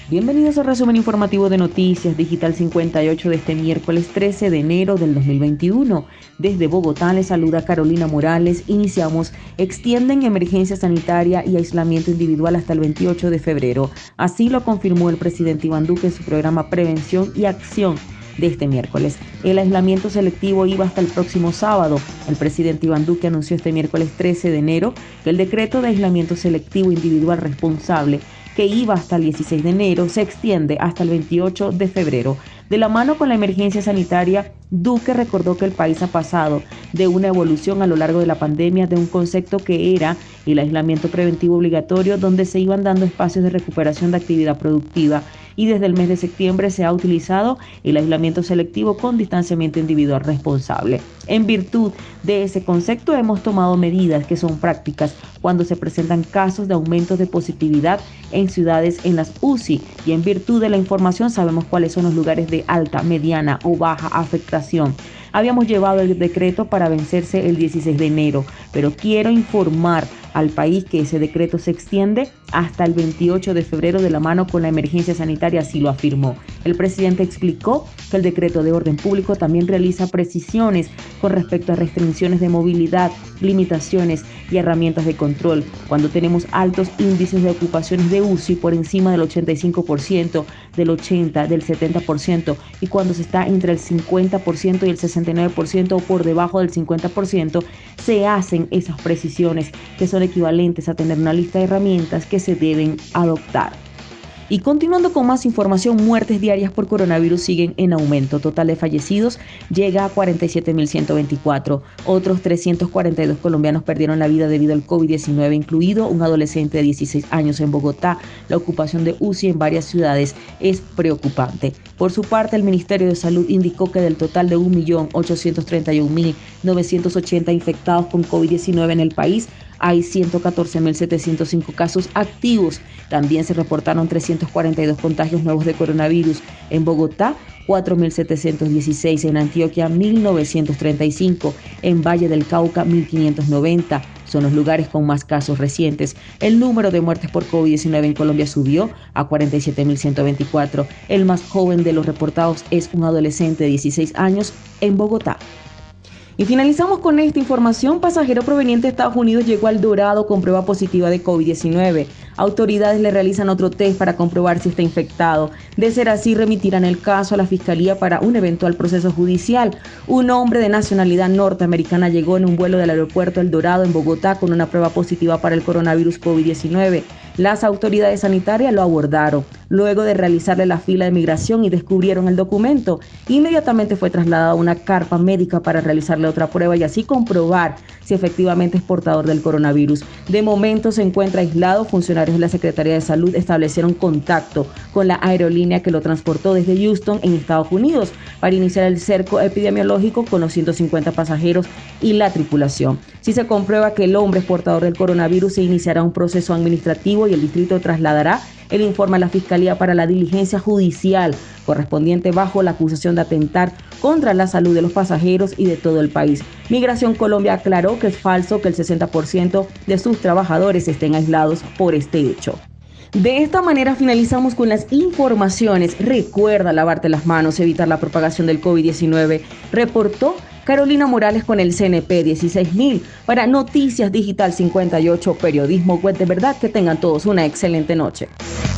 Bienvenidos al resumen informativo de Noticias Digital 58 de este miércoles 13 de enero del 2021. Desde Bogotá les saluda Carolina Morales. Iniciamos. Extienden emergencia sanitaria y aislamiento individual hasta el 28 de febrero. Así lo confirmó el presidente Iván Duque en su programa Prevención y Acción de este miércoles. El aislamiento selectivo iba hasta el próximo sábado. El presidente Iván Duque anunció este miércoles 13 de enero que el decreto de aislamiento selectivo individual responsable, que iba hasta el 16 de enero, se extiende hasta el 28 de febrero. De la mano con la emergencia sanitaria, Duque recordó que el país ha pasado de una evolución a lo largo de la pandemia de un concepto que era el aislamiento preventivo obligatorio, donde se iban dando espacios de recuperación de actividad productiva, y desde el mes de septiembre se ha utilizado el aislamiento selectivo con distanciamiento individual responsable. En virtud de ese concepto hemos tomado medidas que son prácticas cuando se presentan casos de aumentos de positividad en ciudades en las UCI, y en virtud de la información sabemos cuáles son los lugares de alta, mediana o baja afectación. Habíamos llevado el decreto para vencerse el 16 de enero, pero quiero informar al país que ese decreto se extiende hasta el 28 de febrero de la mano con la emergencia sanitaria, así lo afirmó. El presidente explicó que el decreto de orden público también realiza precisiones con respecto a restricciones de movilidad, limitaciones y herramientas de control. Cuando tenemos altos índices de ocupaciones de UCI por encima del 85%, del 80%, del 70%, y cuando se está entre el 50% y el 69% o por debajo del 50%, se hacen esas precisiones que son equivalentes a tener una lista de herramientas que se deben adoptar. Y continuando con más información, muertes diarias por coronavirus siguen en aumento. Total de fallecidos llega a 47.124. Otros 342 colombianos perdieron la vida debido al COVID-19, incluido un adolescente de 16 años en Bogotá. La ocupación de UCI en varias ciudades es preocupante. Por su parte, el Ministerio de Salud indicó que del total de 1.831.980 infectados con COVID-19 en el país, hay 114.705 casos activos. También se reportaron 342 contagios nuevos de coronavirus. En Bogotá, 4.716. En Antioquia, 1.935. En Valle del Cauca, 1.590. Son los lugares con más casos recientes. El número de muertes por COVID-19 en Colombia subió a 47.124. El más joven de los reportados es un adolescente de 16 años en Bogotá. Y finalizamos con esta información. Pasajero proveniente de Estados Unidos llegó al Dorado con prueba positiva de COVID-19. Autoridades le realizan otro test para comprobar si está infectado. De ser así, remitirán el caso a la Fiscalía para un eventual proceso judicial. Un hombre de nacionalidad norteamericana llegó en un vuelo del aeropuerto El Dorado en Bogotá con una prueba positiva para el coronavirus COVID-19. Las autoridades sanitarias lo abordaron. Luego de realizarle la fila de migración y descubrieron el documento, inmediatamente fue trasladado a una carpa médica para realizarle otra prueba y así comprobar si efectivamente es portador del coronavirus. De momento se encuentra aislado. Funcionarios de la Secretaría de Salud establecieron contacto con la aerolínea que lo transportó desde Houston, en Estados Unidos, para iniciar el cerco epidemiológico con los 150 pasajeros y la tripulación. Si se comprueba que el hombre es portador del coronavirus, se iniciará un proceso administrativo y el distrito trasladará el informe a la Fiscalía para la diligencia judicial correspondiente bajo la acusación de atentar contra la salud de los pasajeros y de todo el país. Migración Colombia aclaró que es falso que el 60% de sus trabajadores estén aislados por este hecho. De esta manera finalizamos con las informaciones. Recuerda lavarte las manos, evitar la propagación del COVID-19. Reportó Carolina Morales con el CNP 16000 para Noticias Digital 58, periodismo web de verdad. Que tengan todos una excelente noche.